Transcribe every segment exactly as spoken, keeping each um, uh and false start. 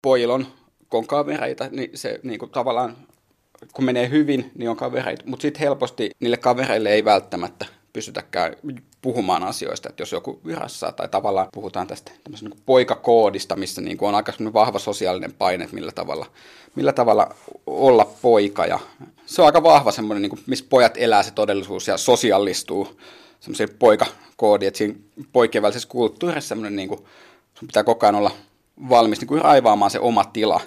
pojilla on, kun on kavereita, niin se niin kuin tavallaan, kun menee hyvin, niin on kavereita, mutta sitten helposti niille kavereille ei välttämättä pystytäkään puhumaan asioista, että jos joku virassa tai tavallaan puhutaan tästä niin kuin poikakoodista, missä niin kuin on aika vahva sosiaalinen paine, että millä tavalla, millä tavalla olla poika. Ja se on aika vahva semmoinen, niin kuin, missä pojat elää se todellisuus ja sosiaalistuu, semmoisen poikakoodi, että siinä poikien välisessä kulttuurissa semmoinen, niin kuin, sun pitää koko ajan olla valmis niin kuin raivaamaan se oma tila.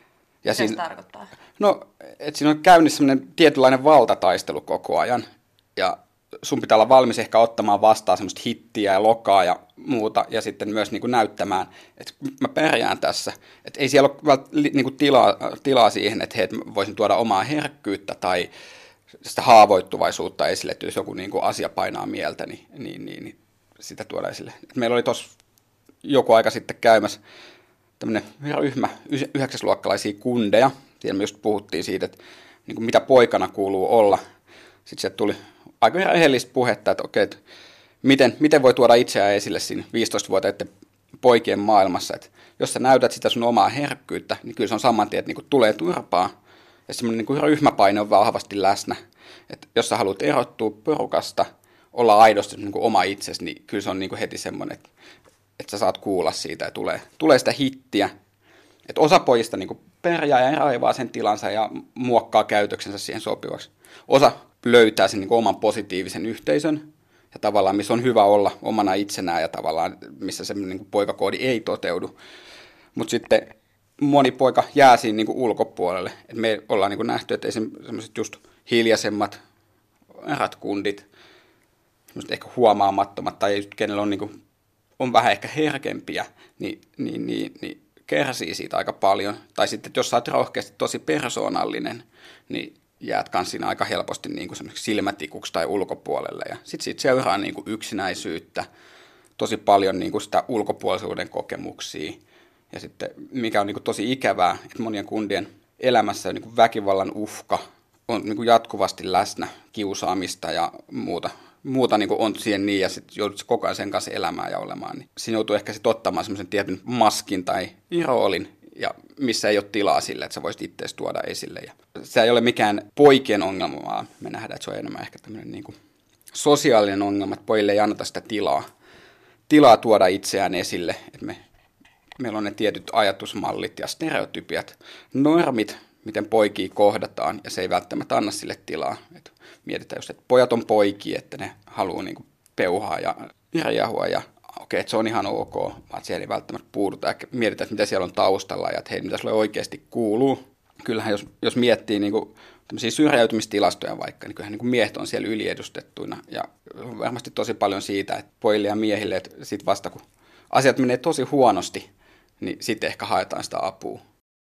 Ja mitä siinä, se tarkoittaa? No, että siinä on käynnissä semmoinen tietynlainen valtataistelu koko ajan, ja sun pitää olla valmis ehkä ottamaan vastaan semmoista hittiä ja lokaa ja muuta, ja sitten myös niin kuin näyttämään, että mä pärjään tässä. Että ei siellä ole niin kuin tilaa, tilaa siihen, että hei, voisin tuoda omaa herkkyyttä tai sitä haavoittuvaisuutta esille, että jos joku niin kuin asia painaa mieltä, niin, niin, niin, niin sitä tuoda esille. Et meillä oli tuossa joku aika sitten käymässä tämmöinen ryhmä yhdeksäsluokkalaisia kundeja. Siellä me just puhuttiin siitä, että niin kuin mitä poikana kuuluu olla. Sitten sieltä tuli aika rehellistä puhetta, että okei, että miten, miten voi tuoda itseään esille siinä viisitoistavuotiaiden poikien maailmassa. Että jos sä näytät sitä sun omaa herkkyyttä, niin kyllä se on saman tien, että niin kuin tulee turpaa. Ja semmoinen niin kuin ryhmäpaine on vahvasti läsnä. Että jos sä haluat erottua porukasta, olla aidosti niin kuin oma itsesi, niin kyllä se on niin kuin heti semmoinen, että, että sä saat kuulla siitä ja tulee, tulee sitä hittiä. Että osa pojista niin kuin pärjää ja raivaa sen tilansa ja muokkaa käytöksensä siihen sopivaksi. Osa löytää sen niin kuin oman positiivisen yhteisön ja tavallaan missä on hyvä olla omana itsenään ja tavallaan missä se niin kuin poikakoodi ei toteudu. Mutta sitten moni poika jää siinä niin kuin ulkopuolelle. Et me ollaan niin kuin nähty, että esimerkiksi sellaiset just hiljaisemmat ratkundit, sellaiset ehkä huomaamattomat tai just kenellä on, niin kuin, on vähän ehkä herkempiä, niin, niin, niin, niin kärsii siitä aika paljon. Tai sitten, että jos sä oot rohkeasti tosi persoonallinen, niin jäät kans siinä aika helposti niin kuin silmätikuksi tai ulkopuolelle. Ja sitten siitä seuraa niin kuin yksinäisyyttä, tosi paljon niin kuin sitä ulkopuolisuuden kokemuksia. Ja sitten mikä on niin kuin tosi ikävää, että monien kundien elämässä niin kuin väkivallan uhka on niin kuin jatkuvasti läsnä, kiusaamista ja muuta. Muuta niin kuin on siihen niin, ja sitten joudut koko ajan sen kanssa elämään ja olemaan. Niin siinä joutuu ehkä sitten ottamaan semmoisen tietyn maskin tai roolin, ja missä ei ole tilaa sille, että sä voisit itseäsi tuoda esille. Ja se ei ole mikään poikien ongelma, vaan me nähdään, että se on enemmän ehkä tämmöinen niin kuin sosiaalinen ongelma, että pojille ei anneta sitä tilaa, tilaa tuoda itseään esille. Että me, meillä on ne tietyt ajatusmallit ja stereotypiat, normit, miten poikia kohdataan, ja se ei välttämättä anna sille tilaa. Et mietitään just, että pojat on poikia, että ne haluaa niinku peuhaa ja riehua, ja okei, että se on ihan ok, vaan siellä ei välttämättä puuduta, ja mietitään, että mitä siellä on taustalla, ja että hei, mitä sulle oikeasti kuuluu. Kyllähän jos, jos miettii niinku tämmöisiä syrjäytymistilastoja vaikka, niin kyllähän niinku miehet on siellä yliedustettuina, ja varmasti tosi paljon siitä, että pojille ja miehille, että sit vasta kun asiat menee tosi huonosti, niin sitten ehkä haetaan sitä apua.